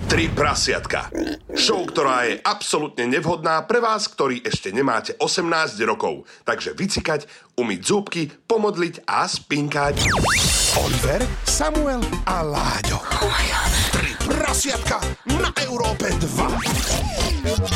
Tri prasiatka. Show, ktorá je absolútne nevhodná pre vás, ktorí ešte nemáte 18 rokov. Takže vycikať, umyť zúbky, pomodliť a spinkať. Oliver, Samuel a Láďo. Oh my God. Tri prasiatka na Európe 2.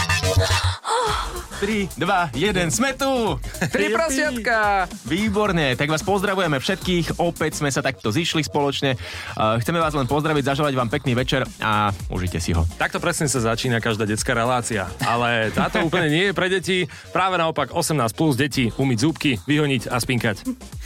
3, 2, 1, sme tu! Tri prasiatka! Výborne, tak vás pozdravujeme všetkých, opäť sme sa takto zišli spoločne. Chceme vás len pozdraviť, zaželať vám pekný večer a užite si ho. Takto presne sa začína každá detská relácia, ale táto úplne nie je pre deti, práve naopak 18 plus detí, umyť zúbky, vyhoniť a spinkať.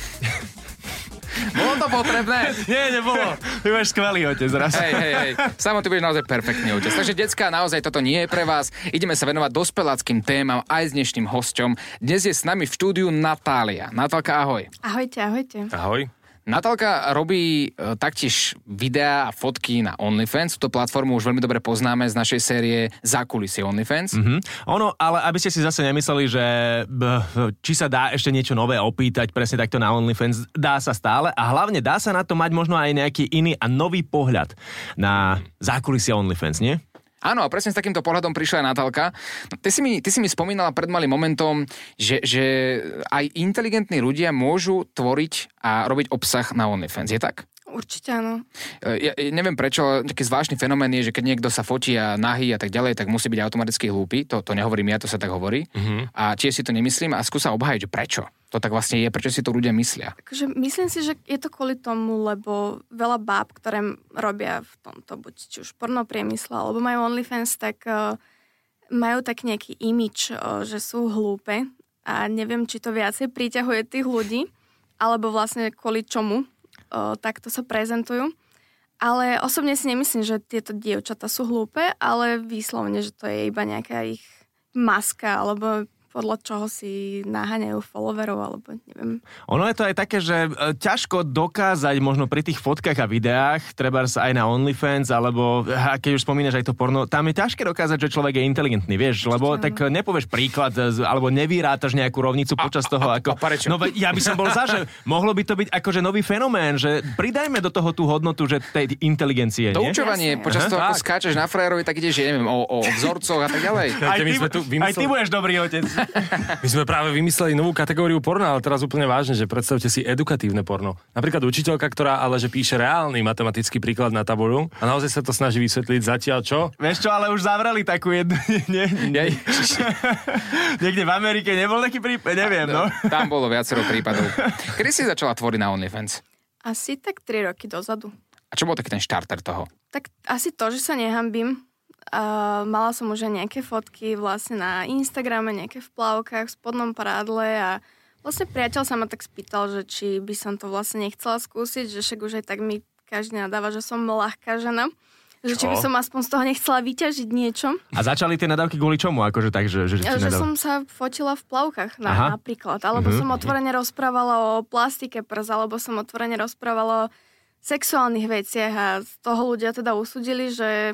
Bolo to potrebné? Nie, nebolo. Ty máš skvelý otec raz. Hej. Samo, ty budeš naozaj perfektný otec. Takže, decká, naozaj toto nie je pre vás. Ideme sa venovať dospeláckým témam aj s dnešným hosťom. Dnes je s nami v štúdiu Natália. Natálka, ahoj. Ahojte. Ahoj. Natálka robí taktiež videá a fotky na OnlyFans. Túto platformu už veľmi dobre poznáme z našej série Zákulisie OnlyFans. Ono, ale aby ste si zase nemysleli, že či sa dá ešte niečo nové opýtať presne takto na OnlyFans, dá sa stále a hlavne dá sa na to mať možno aj nejaký iný a nový pohľad na zákulisie OnlyFans, nie? Áno, a presne s takýmto pohľadom prišla aj Natálka. No, ty si mi spomínala pred malým momentom, že aj inteligentní ľudia môžu tvoriť a robiť obsah na OnlyFans. Je tak? Určite áno. Ja neviem prečo, taký zvláštny fenomén je, že keď niekto sa fotí a nahý a tak ďalej, tak musí byť automaticky hlúpy. To nehovorím ja, to sa tak hovorí. A tiež si to nemyslím a skúsa obhájiť, že prečo to tak vlastne je, prečo si to ľudia myslia. Takže myslím si, že je to kvôli tomu, lebo veľa báb, ktoré robia v tomto, buď či už pornopriemysle, alebo majú OnlyFans, tak majú tak nejaký imič, že sú hlúpe a neviem, či to viacej priťahuje tých ľudí, alebo vlastne kvôli čomu takto sa prezentujú. Ale osobne si nemyslím, že tieto dievčatá sú hlúpe, ale výslovne, že to je iba nejaká ich maska, alebo podľa čoho si naháňajú followerov, alebo neviem. Ono je to aj také, že ťažko dokázať možno pri tých fotkách a videách, trebárs aj na OnlyFans, alebo keď už spomínaš aj to porno, tam je ťažké dokázať, že človek je inteligentný, vieš, lebo tak nepovieš príklad, alebo nevyrátaš nejakú rovnicu počas toho, ako... No ja by som bol za, že mohlo by to byť akože nový fenomén, že pridajme do toho tú hodnotu, že tej inteligencie, nie? Doučovanie, počas toho, ako skáčeš na frajerovi, tak ideš, neviem, o vzorcoch a tak ďalej. Aj ty budeš dobrý otec. My sme práve vymysleli novú kategóriu porna, ale teraz úplne vážne, že predstavte si edukatívne porno. Napríklad učiteľka, ktorá ale že píše reálny matematický príklad na tabuľu a naozaj sa to snaží vysvetliť zatiaľ čo? Vieš čo, ale už zavreli takú jednu, nie? Niekde v Amerike nebol taký prípad, neviem, no. Tam bolo viacero prípadov. Kedy si začala tvoriť na OnlyFans? Asi tak 3 roky dozadu. A čo bol taký ten štarter toho? Tak asi to, že sa nehambím. Mala som už aj nejaké fotky vlastne na Instagrame, nejaké v plavkách, v spodnom prádle a vlastne priateľ sa ma tak spýtal, že či by som to vlastne nechcela skúsiť, že však už aj tak mi každý nadáva, že som ľahká žena. Že či by som aspoň z toho nechcela vyťažiť niečo. A začali tie nadávky kvôli čomu? Akože tak, že som sa fotila v plavkách napríklad. Alebo som otvorene rozprávala o plastike prs, alebo som otvorene rozprávala o sexuálnych veciach a z toho ľudia teda usúdili,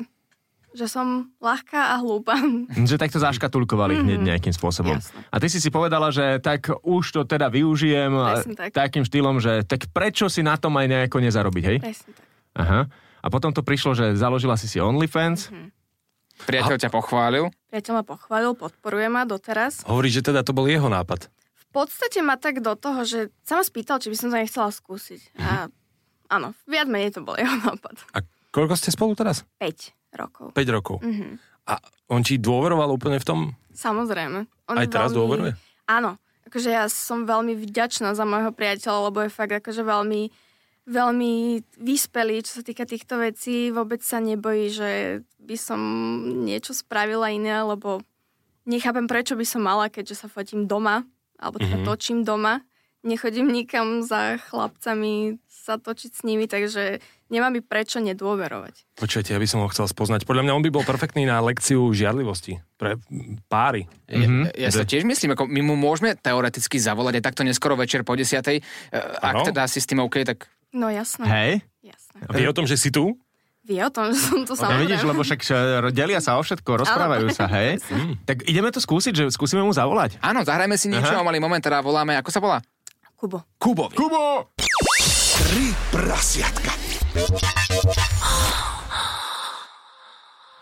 že som ľahká a hlúpa. Že takto zaškatulkovali hneď nejakým spôsobom. Jasne. A ty si povedala, že tak už to teda využijem takým štýlom, že tak prečo si na tom aj nejako nezarobiť, hej? Presne tak. Aha. A potom to prišlo, že založila si OnlyFans. Priateľ ťa pochválil? Priateľ ma pochválil, podporuje ma doteraz. Hovorí, že teda to bol jeho nápad. V podstate ma tak do toho, že sa ma spýtal, či by som to nechcela skúsiť. A áno, viac menej to bol jeho nápad. A koľko ste spolu teraz? 5 rokov. 5 rokov. A on ti dôveroval úplne v tom? Samozrejme. On aj teraz dôveruje? Áno. Akože ja som veľmi vďačná za môjho priateľa, lebo je fakt akože veľmi, veľmi vyspelý, čo sa týka týchto vecí. Vôbec sa nebojí, že by som niečo spravila iné, lebo nechápem, prečo by som mala, keďže sa fotím doma, alebo teda točím doma. Nechodím nikam za chlapcami sa točiť s nimi, takže nemám mi prečo nedôverovať. Počujete, ja by som ho chcel spoznať. Podľa mňa on by bol perfektný na lekciu žiarlivosti pre páry. Ja sa tiež myslím, ako my mu môžeme teoreticky zavolať aj takto neskoro večer po 10:00. Ak teda si s tým OK, tak... No jasné. Hej? Jasné. A vie o tom, že si tu? Vie o tom, že som tu samozrejme. No vidíš, lebo však delia sa o všetko, rozprávajú sa, hej? Tak ideme to skúsiť, že skúsime mu zavolať. Áno, zahrajme si niečo, malý moment, teda voláme, ako sa volá? Kubovi. Kubo! 3 prasiatka.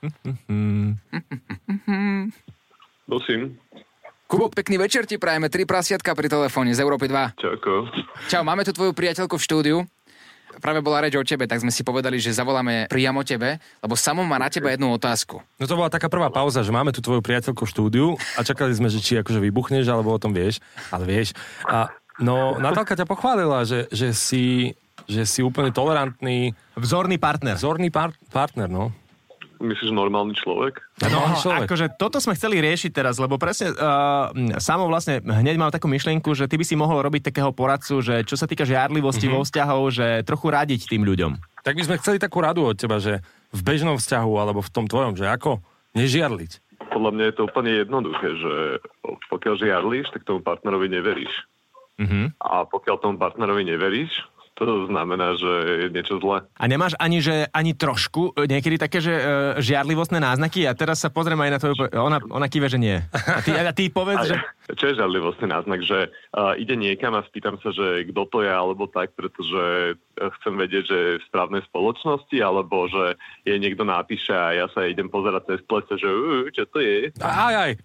Prosím. Kubo, pekný večer ti prajeme, 3 prasiatka pri telefóne z Európy 2. Čauko. Čau, máme tu tvoju priateľku v štúdiu. Práve bola reč o tebe, tak sme si povedali, že zavoláme priamo tebe, lebo Samo má na teba jednu otázku. No to bola taká prvá pauza, že máme tu tvoju priateľku v štúdiu a čakali sme, že či akože vybuchneš, alebo o tom vieš. Ale vieš. No, Natálka ťa pochválila, že si úplne tolerantný. Vzorný partner. Vzorný partner, no. Myslíš normálny človek? No, človek. akože toto sme chceli riešiť teraz, lebo presne Samo vlastne hneď mal takú myšlienku, že ty by si mohol robiť takého poradcu, že čo sa týka žiarlivosti vo vzťahov, že trochu radiť tým ľuďom. Tak by sme chceli takú radu od teba, že v bežnom vzťahu alebo v tom tvojom, že ako nežiarliť. Podľa mňa je to úplne jednoduché, že pokiaľ žiarlíš, tak tomu partnerovi neveríš. A pokiaľ tomu partnerovi neveríš, to znamená, že je niečo zlé. A nemáš ani trošku niekedy také, že žiarlivostné náznaky? A teraz sa pozriem aj na tvoju... Ona kýve, že nie. A ty povedz, že... Čo je žiarlivostný náznak? Že ide niekam a spýtam sa, že kto to je, alebo tak, pretože chcem vedieť, že je v správnej spoločnosti, alebo že jej niekto napíše a ja sa idem pozerať cez plece, že čo to je? Aj.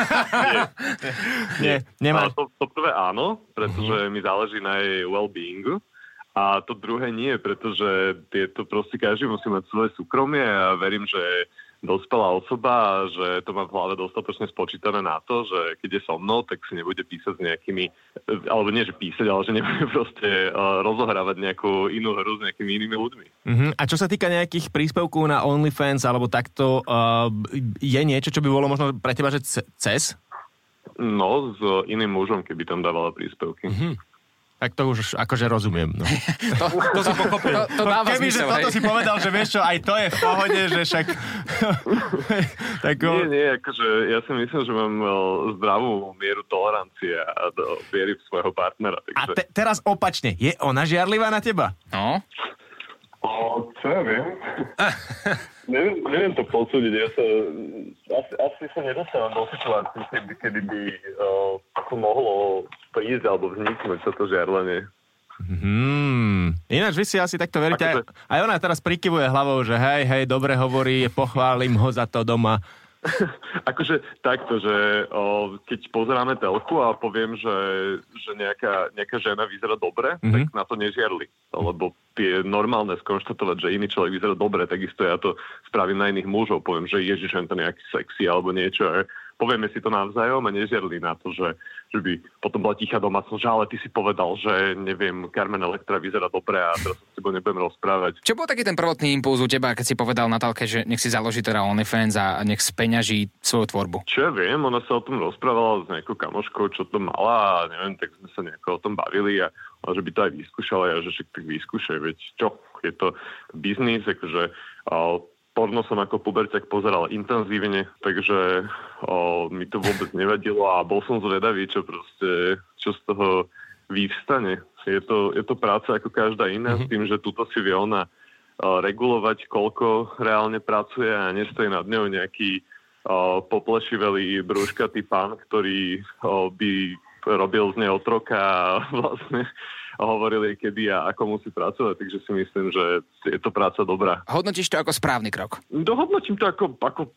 Nie, nemáš. To prvé áno, pretože mi záleží na jej well-beingu. A to druhé nie, pretože proste každý musí mať svoje súkromie a verím, že dospelá osoba, že to má v hlave dostatočne spočítané na to, že keď je so mnou, tak si nebude písať s nejakými, alebo nie, že písať, ale že nebude proste rozohrávať nejakú inú hru s nejakými inými ľuďmi. A čo sa týka nejakých príspevkov na OnlyFans alebo takto, je niečo, čo by bolo možno pre teba, že cez? No, s iným mužom, keby tam dávala príspevky. Tak to už akože rozumiem. No. To si pochopil. To dáva Kebyže zmysel, toto hej. si povedal, že vieš čo, aj to je v pohode, že však... tak, Nie, akože ja si myslím, že mám zdravú mieru tolerancie a viery v svojho partnera. A Takže... teraz opačne, je ona žiarlivá na teba? No. Čo ja viem? neviem to posúdiť. Ja sa asi sa nedostávam do situácií, kedy by to mohlo prísť alebo vzniknúť toto žiarlenie. Ináč vy si asi takto veríte. Aj ona teraz prikyvuje hlavou, že hej, dobre hovorí, pochválim ho za to doma. Akože takto, že keď pozeráme telku a poviem, že nejaká žena vyzerá dobre, tak na to nežiarli. Lebo je normálne skonštatovať, že iný človek vyzerá dobre, takisto ja to spravím na iných mužov. Poviem, že ježiš, to nejaký sexy alebo niečo. Povieme si to navzájom a nežiarli na to, že by potom bola tichá domácnosť, že ale ty si povedal, že neviem, Carmen Electra vyzerá dobre a teraz sa s tebou nebudem rozprávať. Čo bol taký ten prvotný impuls u teba, keď si povedal Natálke, že nech si založí teda OnlyFans a nech speňaží svoju tvorbu? Čo ja viem, ona sa o tom rozprávala s nejakou kamoškou, čo to mala a neviem, tak sme sa nejako o tom bavili a že by to aj vyskúšala a že však tak vyskúšaj, veď čo, je to biznis, akože porno som ako puberťak pozeral intenzívne, takže mi to vôbec nevadilo a bol som zvedavý, čo z toho vyvstane. Je to práca ako každá iná, s tým, že tuto si vie ona regulovať, koľko reálne pracuje a nestojí nad ňou nejaký poplešivelý brúškatý pán, ktorý by robil z nej otroka a vlastne hovorili, kedy a ako musí pracovať, takže si myslím, že je to práca dobrá. Hodnotíš to ako správny krok? Dohodnotím to ako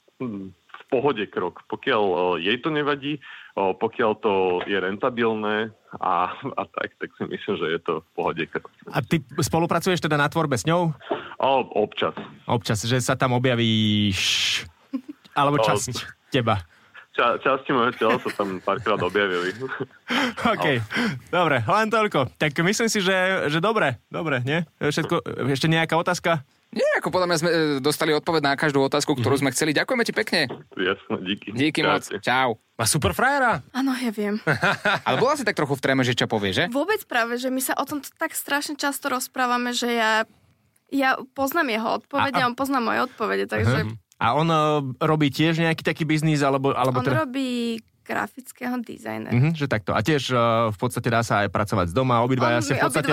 v pohode krok. Pokiaľ jej to nevadí, pokiaľ to je rentabilné a tak si myslím, že je to v pohode krok. A ty spolupracuješ teda na tvorbe s ňou? Občas. Občas, že sa tam objavíš... Alebo časť teba. Časti môjho tela sa tam párkrát objavili. OK, dobre, len toľko. Tak myslím si, že dobre, nie? Všetko, ešte nejaká otázka? Nie, ako podľa mňa sme dostali odpoveď na každú otázku, ktorú sme chceli. Ďakujeme ti pekne. Jasné, díky. Díky moc. Čau. Má super frajera? Áno, ja viem. Ale bola si tak trochu v tréme, že čo povie, že? Vôbec práve, že my sa o tom tak strašne často rozprávame, že ja poznám jeho odpovede a on pozná moje odpovede, takže... A on robí tiež nejaký taký biznis, alebo on robí grafického dizajnera. Že takto. A tiež v podstate dá sa aj pracovať z doma. Obidvaja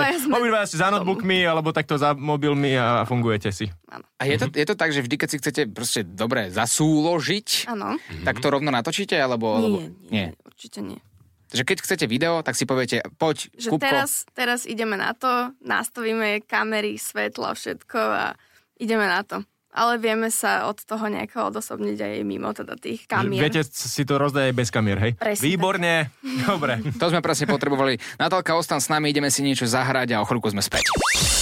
si za notebookmi, alebo takto za mobilmi a fungujete si. Áno. A je to tak, že vždy, keď si chcete proste dobre zasúložiť, Áno. tak to rovno natočíte, alebo... Nie, určite nie. Takže keď chcete video, tak si poviete, poď, že Kupko. teraz ideme na to, nastavíme kamery, svetla, všetko a ideme na to. ale vieme sa od toho nejako odosobniť aj mimo teda tých kamier. Viete si to rozdať aj bez kamier, hej? Presne Výborne, dobre. To sme presne potrebovali. Natálka, ostan s nami, ideme si niečo zahrať a o chvíľku sme späť.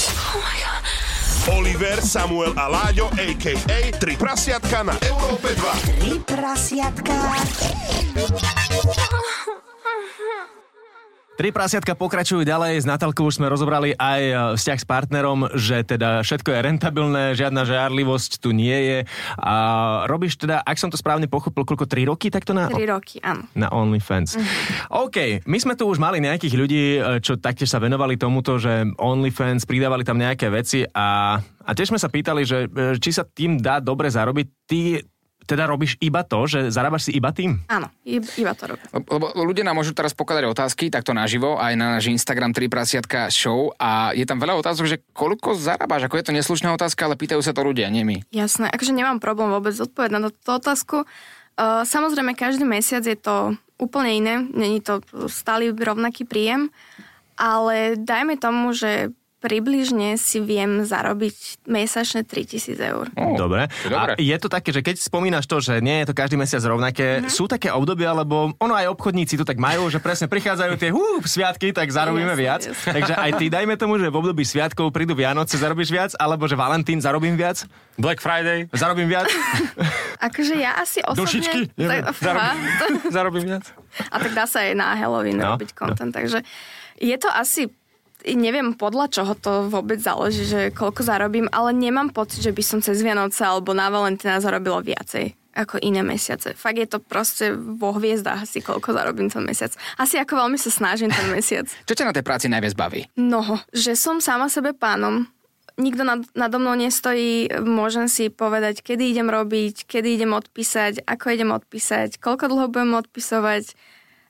Oliver, Samuel a Láďo, a.k.a. Tri prasiatka na Európe 2. Tri prasiatka. Tri prasiatka pokračujú ďalej. S Natálkou už sme rozobrali aj vzťah s partnerom, že teda všetko je rentabilné, žiadna žiarlivosť tu nie je. A robíš teda, ak som to správne pochopil, koľko 3 roky takto na... 3 roky, áno. Na OnlyFans. OK, my sme tu už mali nejakých ľudí, čo taktiež sa venovali tomuto, že OnlyFans, pridávali tam nejaké veci a tiež sme sa pýtali, že či sa tým dá dobre zarobiť. Ty teda robíš iba to, že zarábaš si iba tým? Áno, iba to robím. Lebo ľudia nám môžu teraz pokladať otázky takto naživo, aj na náš Instagram 3 prasiatka show a je tam veľa otázok, že koľko zarábaš, ako je to neslušná otázka, ale pýtajú sa to ľudia, nie my. Jasné, akože nemám problém vôbec odpovedať na túto otázku. Samozrejme, každý mesiac je to úplne iné, není to stály rovnaký príjem, ale dajme tomu, že približne si viem zarobiť mesačne 3 000 eur. Dobre. A je to také, že keď spomínaš to, že nie je to každý mesiac rovnaké, sú také obdobia, lebo ono aj obchodníci to tak majú, že presne prichádzajú tie sviatky, tak zarobíme viac. Takže aj ty dajme tomu, že v období sviatkov prídu Vianoce, zarobíš viac, alebo že Valentín, zarobím viac. Black Friday. Zarobím viac. Akože ja asi osobne... Dušičky. Zarobím viac. A tak dá sa aj na Halloween robiť content, takže je to asi... Neviem podľa čoho to vôbec záleží, že koľko zarobím, ale nemám pocit, že by som cez Vianoce alebo na Valentína zarobilo viacej ako iné mesiace. Fakt je to proste vo hviezdách asi, koľko zarobím ten mesiac. Asi ako veľmi sa snažím ten mesiac. Čo ťa na tej práci najviac baví? No, že som sama sebe pánom. Nikto nado mnou nestojí, môžem si povedať, kedy idem robiť, kedy idem odpísať, ako idem odpísať, koľko dlho budem odpisovať.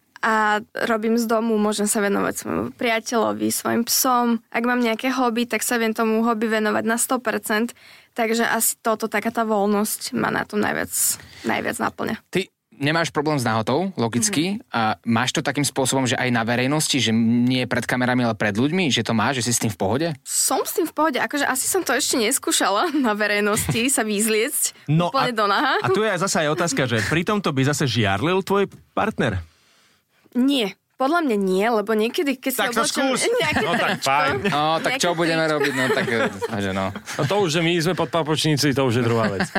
A robím z domu, môžem sa venovať svojmu priateľovi, svojim psom. Ak mám nejaké hobby, tak sa viem tomu hobby venovať na 100%. Takže asi taká tá voľnosť ma na tom najviac naplňa. Ty nemáš problém s náhotou, logicky. A máš to takým spôsobom, že aj na verejnosti, že nie pred kamerami, ale pred ľuďmi, že to máš, že si s tým v pohode? Som s tým v pohode, akože asi som to ešte neskúšala na verejnosti sa vyzliecť úplne do naha. A tu je zase aj otázka, že pri tomto by zase žiarlil tvoj partner? Nie. Podľa mňa nie, lebo niekedy, keď tak si oblečím nejaké fajn. No, tak čo budeme robiť? No, tak, že no. No to už, že my sme pod papočníci, to už je druhá vec.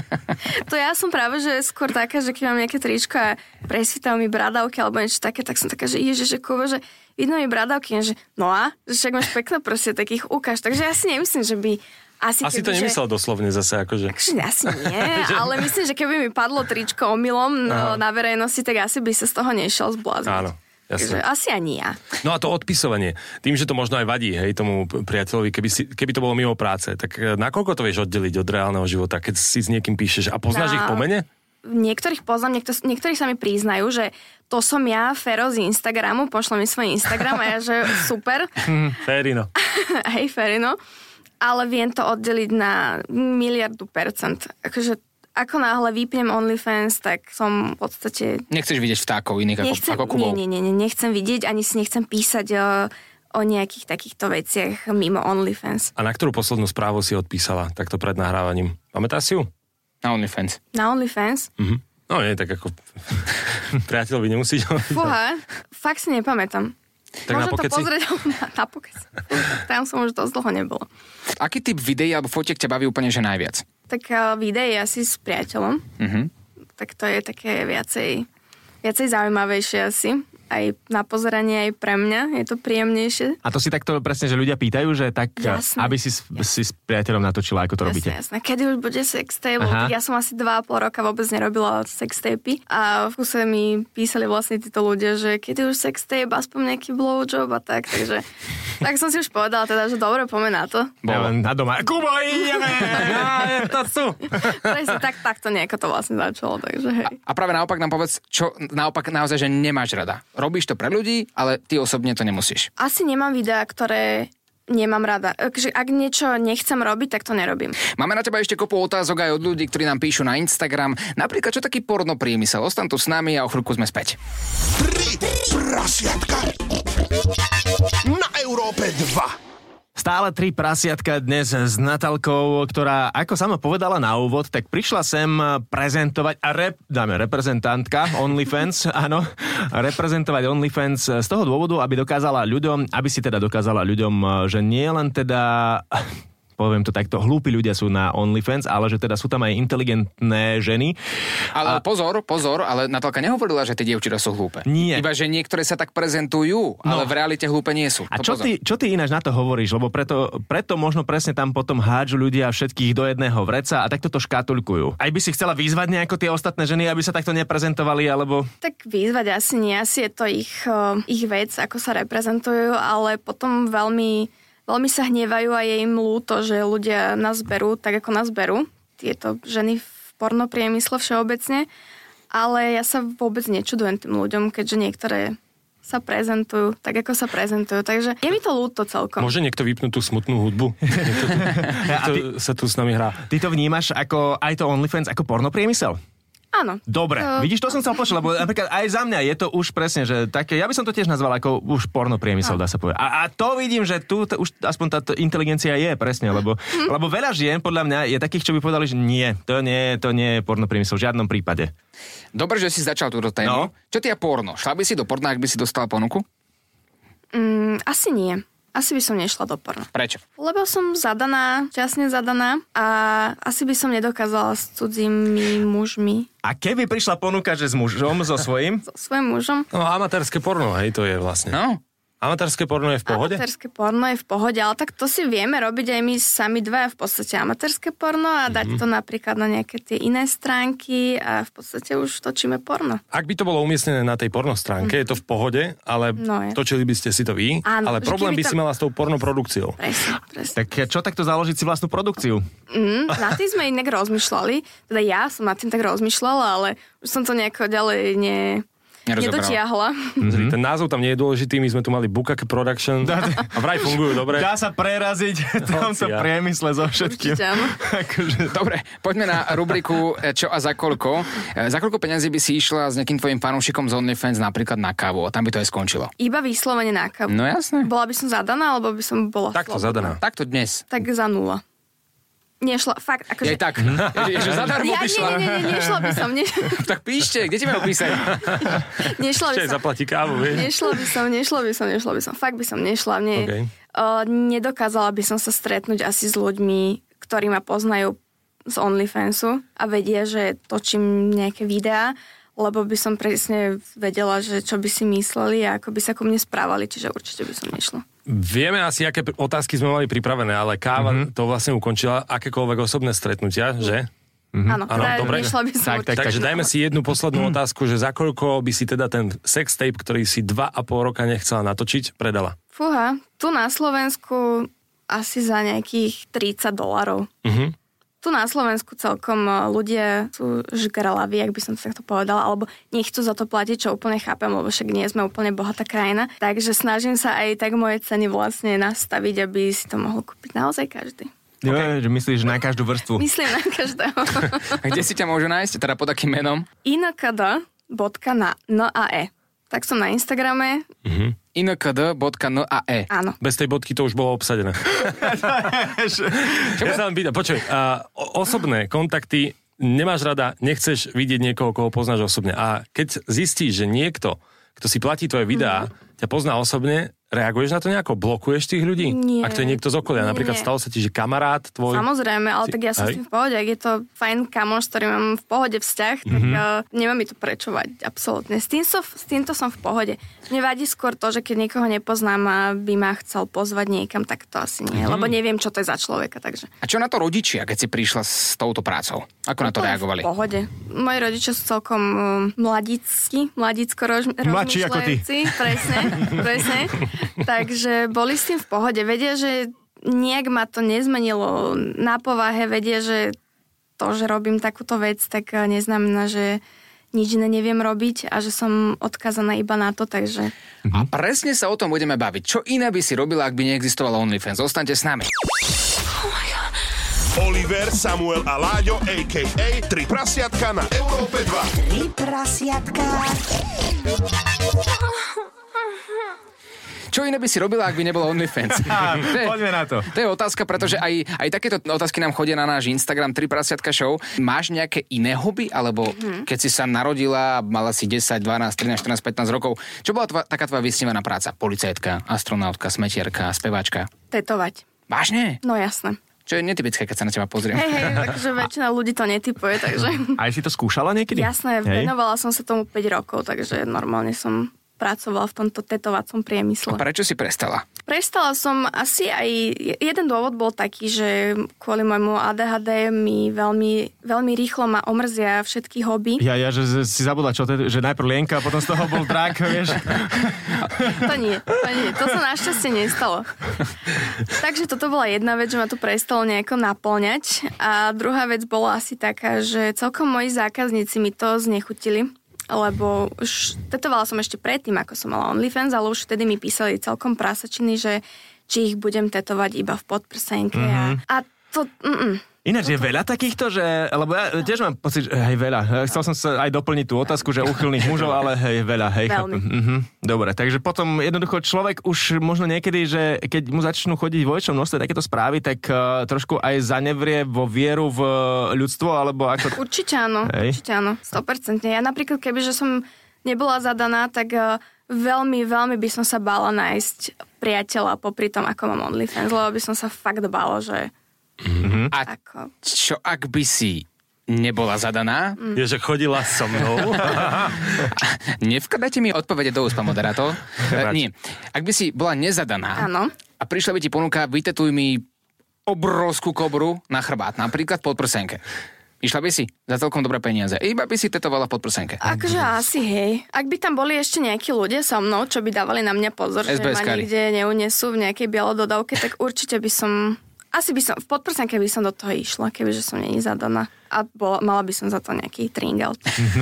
To ja som práve, že skôr taká, že keď mám nejaké tričko a presvítajú mi bradavky alebo niečo také, tak som taká, že ježiš, že vidno mi bradavky, že no a, že však máš pekné proste, tak ich ukáž. Takže ja si nemyslím, že by Asi to nemyslel doslovne zase, akože. Asi nie, ale myslím, že keby mi padlo tričko omylom na verejnosti, tak asi by sa z toho nešiel zblázniť. Áno. Jasne. Asi ani ja. No a to odpisovanie. Tým, že to možno aj vadí, hej, tomu priateľovi, keby to bolo mimo práce, tak nakoľko to vieš oddeliť od reálneho života, keď si s niekým píšeš a poznáš ich po mene? Niektorých poznám, niektorí sa mi priznajú, že to som ja, Fero z Instagramu, pošlo mi svoj Instagram a ja, že super. Ferino. Hej, Ferino. Ale viem to oddeliť na 1,000,000%. Akože ako náhle vypnem OnlyFans, tak som v podstate... Nechceš vidieť vtákov iných ako Kubov? Nie, nechcem vidieť, ani si nechcem písať o nejakých takýchto veciach mimo OnlyFans. A na ktorú poslednú správu si odpísala takto pred nahrávaním? Pamätáš si ju? Na OnlyFans. Na OnlyFans? Mhm. No nie, tak ako priateľovi nemusíš. Fúha, fakt si nepamätám. Tak môžem to pozrieť na Pokeci. Tam som už dosť dlho nebolo. Aký typ videí alebo fotiek ťa baví úplne že najviac? Tak videí asi s priateľom. Tak to je také viacej zaujímavejšie asi. Aj na pozeranie, aj pre mňa. Je to príjemnejšie. A to si takto presne, že ľudia pýtajú, že tak, jasne, aby si s priateľom natočila, ako to robíte. Jasné. Kedy už bude sextape? Ja som asi 2,5 roka vôbec nerobila sextapy. A v kuse mi písali vlastne títo ľudia, že kedy už sextape, aspoň nejaký blowjob a tak. Takže tak som si už povedala teda, že dobre, poďme na to. Ja len na doma. Kubo, ideme! Takto nejako to vlastne začalo, takže hej. A práve naopak nám povedz, čo naopak naozaj, že nemáš rada. Robíš to pre ľudí, ale ty osobne to nemusíš. Asi nemám videá, ktoré nemám rada. Ak niečo nechcem robiť, tak to nerobím. Máme na teba ešte kopu otázok aj od ľudí, ktorí nám píšu na Instagram. Napríklad, čo taký porno priemysel? Ostan tu s nami a o chvíľku sme späť. Tri prasiatka na Európe 2. Stále 3 prasiatka dnes s Natálkou, ktorá, ako sama povedala na úvod, tak prišla sem prezentovať a reprezentantka OnlyFans, áno, reprezentovať OnlyFans z toho dôvodu, aby si dokázala ľuďom, že nie len teda... poviem to takto, hlúpi ľudia sú na OnlyFans, ale že teda sú tam aj inteligentné ženy. Ale pozor, ale Natálka nehovorila, že tie dievčatá sú hlúpe. Nie. Iba, že niektoré sa tak prezentujú, ale v realite hlúpe nie sú. A čo ty ináč na to hovoríš? Lebo preto možno presne tam potom hádžu ľudia všetkých do jedného vreca a takto to škatulkujú. Aj by si chcela vyzvať nejako tie ostatné ženy, aby sa takto neprezentovali, alebo... Tak vyzvať asi nie, asi je to ich vec, ako sa reprezentujú, ale potom veľmi sa hnievajú a je im ľúto, že ľudia nás berú tak, ako nás berú. Tieto ženy v pornopriemysle všeobecne. Ale ja sa vôbec nečudujem tým ľuďom, keďže niektoré sa prezentujú tak, ako sa prezentujú. Takže je mi to ľúto celkom. Môže niekto vypnúť tú smutnú hudbu? Niekto sa tu s nami hrá. Ty to vnímaš ako aj to OnlyFans, ako pornopriemysel? Áno. Dobre, vidíš, to som chcel počuť, lebo napríklad aj za mňa je to už presne, že také, ja by som to tiež nazval ako už pornopriemysel, dá sa povedať. A to vidím, že tu už aspoň tá inteligencia je presne, lebo veľa žien, podľa mňa, je takých, čo by povedali, že nie, to nie je pornopriemysel, v žiadnom prípade. Dobre, že si začal túto tému. No? Čo ty je porno? Šla by si do porna, ak by si dostala ponuku? Asi nie. Asi by som nešla do porna. Prečo? Lebo som časne zadaná a asi by som nedokázala s cudzími mužmi. A keby prišla ponuka, že s mužom, so svojím? So svojím mužom. No, amatérske porno, hej, to je vlastne. No. Amatérske porno je v pohode? Amatérske porno je v pohode, ale tak to si vieme robiť aj my sami dvaja v podstate amatérske porno a dať to napríklad na nejaké tie iné stránky a v podstate už točíme porno. Ak by to bolo umiestnené na tej porno stránke, je to v pohode, ale točili by ste si to vy, áno, ale problém by si mala s tou pornoprodukciou. Presne. Tak čo takto založiť si vlastnú produkciu? Na tým sme inak rozmýšľali, teda ja som nad tým tak rozmýšľala, ale už som to nejako ďalej nedotiahla. Ten názov tam nie je dôležitý, my sme tu mali Bukake Production a vraj fungujú dobre. Dá sa preraziť v tomto priemysle so všetkým. Dobre, poďme na rubriku Čo a za koľko. Za koľko peňazí by si išla s nejakým tvojim fanúšikom z OnlyFans napríklad na kávu a tam by to aj skončilo? Iba vyslovene na kávu. No jasné. Bola by som zadaná, alebo by som bola takto zadaná. Takto dnes. Tak za 0. Nešla, fakt, akože... Je tak, že zadarmo by šla. Nie, nešla by som. Tak píšte, kde ti majú písať? Nešla by som. Zaplatí kávu, vieš? Nešla by som. Fakt by som nešla. Nedokázala by som sa stretnúť asi s ľuďmi, ktorí ma poznajú z OnlyFansu a vedia, že točím nejaké videá, lebo by som presne vedela, že čo by si mysleli a ako by sa ku mne správali, čiže určite by som nešla. Vieme asi, aké otázky sme mali pripravené, ale káva to vlastne ukončila akékoľvek osobné stretnutia, že? Áno, dobre. Nešla by som Takže dajme si jednu poslednú otázku, že za koľko by si teda ten sex tape, ktorý si 2,5 roka nechcela natočiť, predala? Fúha, tu na Slovensku asi za nejakých $30. Tu na Slovensku celkom ľudia sú žgralaví, ak by som to takto povedala, alebo nechcú za to platiť, čo úplne chápem, lebo však nie sme úplne bohatá krajina. Takže snažím sa aj tak moje ceny vlastne nastaviť, aby si to mohol kúpiť naozaj každý. Že myslíš na každú vrstvu? Myslím na každého. Kde si ťa môžu nájsť? Teda pod akým menom? inkd.nae. Tak som na Instagrame. inkd.nae. Áno. Bez tej bodky to už bolo obsadené. Ja sa vám pýtam, počuj, osobné kontakty nemáš rada, nechceš vidieť niekoho, koho poznáš osobne. A keď zistíš, že niekto, kto si platí tvoje videá, ťa pozná osobne, reaguješ na to nejako? Blokuješ tých ľudí? Nie. Ak to je niekto z okolia, napríklad stalo sa ti, že kamarát tvoj... Samozrejme, ale tak ja som s tým v pohode. Ak je to fajn kamoš, s ktorým mám v pohode vzťah, tak nemám mi to prečovať, absolútne. S týmto som v pohode. Mne vadí skôr to, že keď niekoho nepoznám a by ma chcel pozvať niekam, tak to asi nie, lebo neviem, čo to je za človeka, takže... A čo na to rodičia, keď si prišla s touto prácou? Ako na to reagovali? V pohode. Moji rodičia sú celkom mladícko mladší ako ty. Presne. Takže boli s tým v pohode. Vedia, že nejak ma to nezmenilo na povahe. Vedia, že to, že robím takúto vec, tak neznamená, že nič iné neviem robiť a že som odkazaná iba na to, takže... A presne sa o tom budeme baviť. Čo iné by si robila, ak by neexistovala OnlyFans? Zostaňte s nami. Oliver, Samuel a Láďo, a.k.a. 3 prasiatka na Európe 2. 3 prasiatka. Čo iné by si robila, ak by nebolo OnlyFans? Poďme na to. To je otázka, pretože aj takéto otázky nám chodia na náš Instagram 3 prasiatka show. Máš nejaké iné hobby? Alebo keď si sa narodila, mala si 10, 12, 13, 14, 15 rokov, čo bola taká tvoja vysnívaná práca? Policajtka, astronautka, smetierka, speváčka? Tetovať. Vážne? No jasné. Čo je netypické, keď sa na teba pozriem. Hej, takže väčšina ľudí to netypuje, takže... Aj si to skúšala niekedy? Jasné, venovala som sa tomu 5 rokov, takže normálne som pracovala v tomto tetovacom priemysle. A prečo si prestala? Prestala som asi aj... Jeden dôvod bol taký, že kvôli môjmu ADHD mi veľmi rýchlo ma omrzia všetky hobby. Ja, že si zabudla, že najprv Lienka, a potom z toho bol drak, vieš. To nie. To sa našťastie nestalo. Takže toto bola jedna vec, že ma to prestalo nejako naplňať. A druhá vec bola asi taká, že celkom moji zákazníci mi to znechutili. Lebo už tetovala som ešte predtým, ako som mala OnlyFans, ale už vtedy mi písali celkom prasačiny, že či ich budem tetovať iba v podprsenke. A to... Ináč je veľa takýchto, že... Lebo ja tiež mám pocit, že hej, veľa. Chcel som sa aj doplniť tú otázku, že uchylných mužov, ale hej, veľa, hej. Dobre, takže potom jednoducho človek už možno niekedy, že keď mu začnú chodiť vo väčšom množstve takéto správy, tak trošku aj zanevrie vo vieru v ľudstvo, alebo ako... Určite áno, 100%. Ja napríklad, kebyže som nebola zadaná, tak veľmi, veľmi by som sa bála nájsť priateľa popri tom, ako mám OnlyFans, lebo by som sa fakt bála, že... A čo ak by si nebola zadaná? Je, že chodila so mnou. Nevkladajte mi odpovede do úst, pán moderátor. Nie. Ak by si bola nezadaná a prišla by ti ponuka, vytetuj mi obrovskú kobru na chrbát, napríklad pod prsenke. Išla by si za celkom dobré peniaze. Iba by si tetovala pod prsenke. Akože asi, hej. Ak by tam boli ešte nejakí ľudia so mnou, čo by dávali na mňa pozor, že ma nikde neunesú v nejakej bielododávke, tak určite by som... Asi by som, v podprsenke by som do toho išla, kebyže som není zadaná. A mala by som za to nejaký tringel.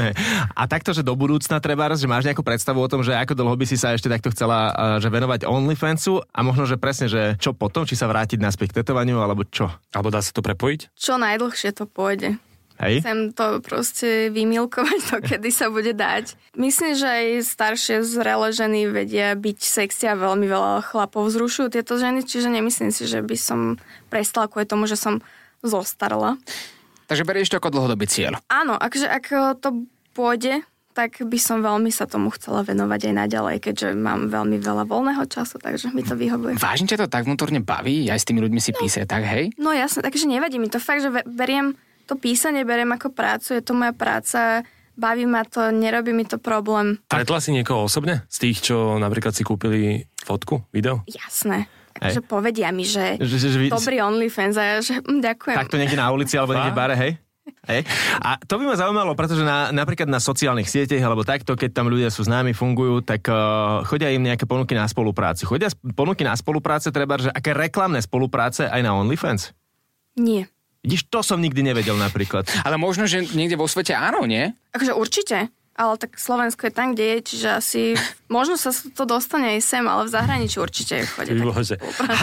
A takto, že do budúcna trebárs, že máš nejakú predstavu o tom, že ako dlho by si sa ešte takto chcela že venovať OnlyFansu a možno, že presne, že čo potom, či sa vrátiť naspäť k tetovaniu, alebo čo? Alebo dá sa to prepojiť? Čo najdlhšie to pôjde. Hej. Chcem to proste vymilkovať, to kedy sa bude dať. Myslím, že aj staršie zrelé ženy vedia byť sexy a veľmi veľa chlapov vzrušujú tieto ženy, čiže nemyslím si, že by som prestala kvôli tomu, že som zostarla. Takže berieš to ako dlhodobý cieľ? Áno, ak to pôjde, tak by som veľmi sa tomu chcela venovať aj naďalej, keďže mám veľmi veľa voľného času, takže mi to vyhovuje. Vážne ťa to tak vnútorne baví? Aj s tými ľuďmi si písať, tak hej? No jasne, takže nevadí mi to fakt, že beriem to písanie, beriem ako prácu, je to moja práca, baví ma to, nerobí mi to problém. Stretla si niekoho osobne? Z tých, čo napríklad si kúpili fotku, video? Jasné. Takže povedia mi, že dobrý OnlyFans a ja, že ďakujem. Takto niekde na ulici alebo niekde v bare, hej? Hej. A to by ma zaujímalo, pretože napríklad na sociálnych sieťach alebo takto, keď tam ľudia sú známi, fungujú, tak chodia im nejaké ponuky na spoluprácu. Chodia ponuky na spolupráce, treba, že aké reklamné spolupráce aj na OnlyFans? Nie. Vidíš, to som nikdy nevedel napríklad. Ale možno, že niekde vo svete áno, nie? Akože určite. Ale tak Slovensko je tam, kde je, čiže asi možno sa to dostane aj sem, ale v zahraničí určite chodí. Bože.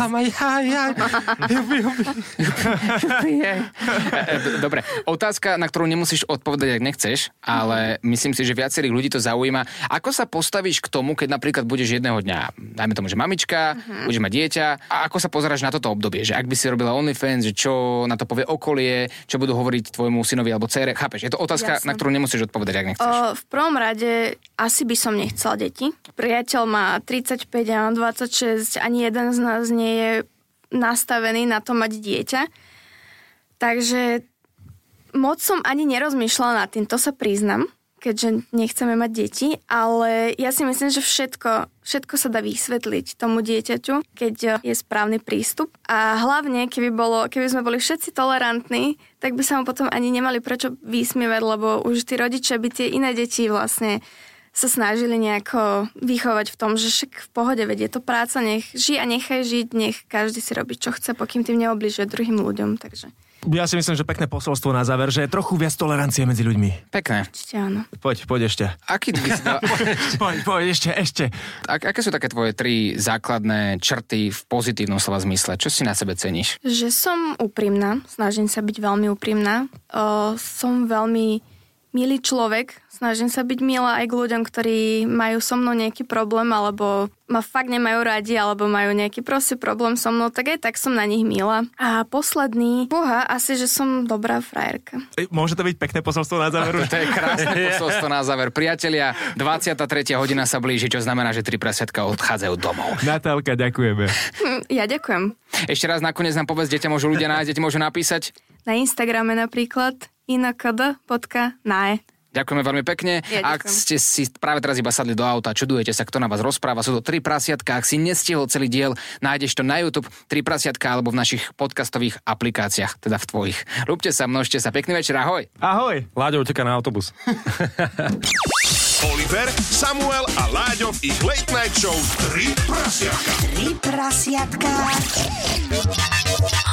Dobre, otázka, na ktorú nemusíš odpovedať, ak nechceš, ale myslím si, že viacerých ľudí to zaujíma. Ako sa postavíš k tomu, keď napríklad budeš jedného dňa, dajme tomu, že mamička, budeš mať dieťa, a ako sa pozeráš na toto obdobie, že ak by si robila OnlyFans, že čo na to povie okolie, čo budú hovoriť tvojmu synovi alebo dcére, chápeš? Je to otázka, na ktorú nemusíš odpovedať, ak nechceš. V prvom rade asi by som nechcela deti. Priateľ má 35 a 26, ani jeden z nás nie je nastavený na to mať dieťa. Takže moc som ani nerozmýšľala nad tým, to sa priznam, keďže nechceme mať deti, ale ja si myslím, že všetko sa dá vysvetliť tomu dieťaťu, keď je správny prístup. A hlavne, keby sme boli všetci tolerantní, tak by sa mu potom ani nemali prečo vysmievať, lebo už tí rodičia by tie iné deti vlastne sa snažili nejako vychovať v tom, že však v pohode, veď je to práca, nech žij a nechaj žiť, nech každý si robí, čo chce, pokým tým neobližuje druhým ľuďom, takže... Ja si myslím, že pekné posolstvo na záver, že je trochu viac tolerancie medzi ľuďmi. Pekné. Určite áno. Poď ešte. Aký by si dala... Poď ešte. Aké sú také tvoje 3 základné črty v pozitívnom slova zmysle? Čo si na sebe ceníš? Že som úprimná, snažím sa byť veľmi úprimná. Som veľmi milý človek, snažím sa byť milá aj k ľuďom, ktorí majú so mnou nejaký problém, alebo ma fakt nemajú radi, alebo majú nejaký proste problém so mnou, tak aj tak som na nich milá. A posledný, asi, že som dobrá frajerka. Môže to byť pekné posolstvo na záver? To je krásne posolstvo na záver. Priatelia, 23. hodina sa blíži, čo znamená, že 3 prasiatka odchádzajú domov. Natálka, ďakujeme. Ja ďakujem. Ešte raz nakoniec nám povedz, kde ťa môžu ľudia nájsť, kde ti môžu napísať. Na Instagrame napríklad inakd.nae. Ďakujeme veľmi pekne. Ja Ak ste si práve teraz iba sadli do auta, čudujete sa, kto na vás rozpráva, sú to 3 prasiatka. Ak si nestihol celý diel, nájdeš to na YouTube 3 prasiatka alebo v našich podcastových aplikáciách, teda v tvojich. Ľúbte sa, množte sa. Pekný večer, ahoj. Ahoj. Láďo uteká na autobus. Oliver, Samuel a Láďo v ich Late Night Show 3 prasiatka. 3 prasiatka.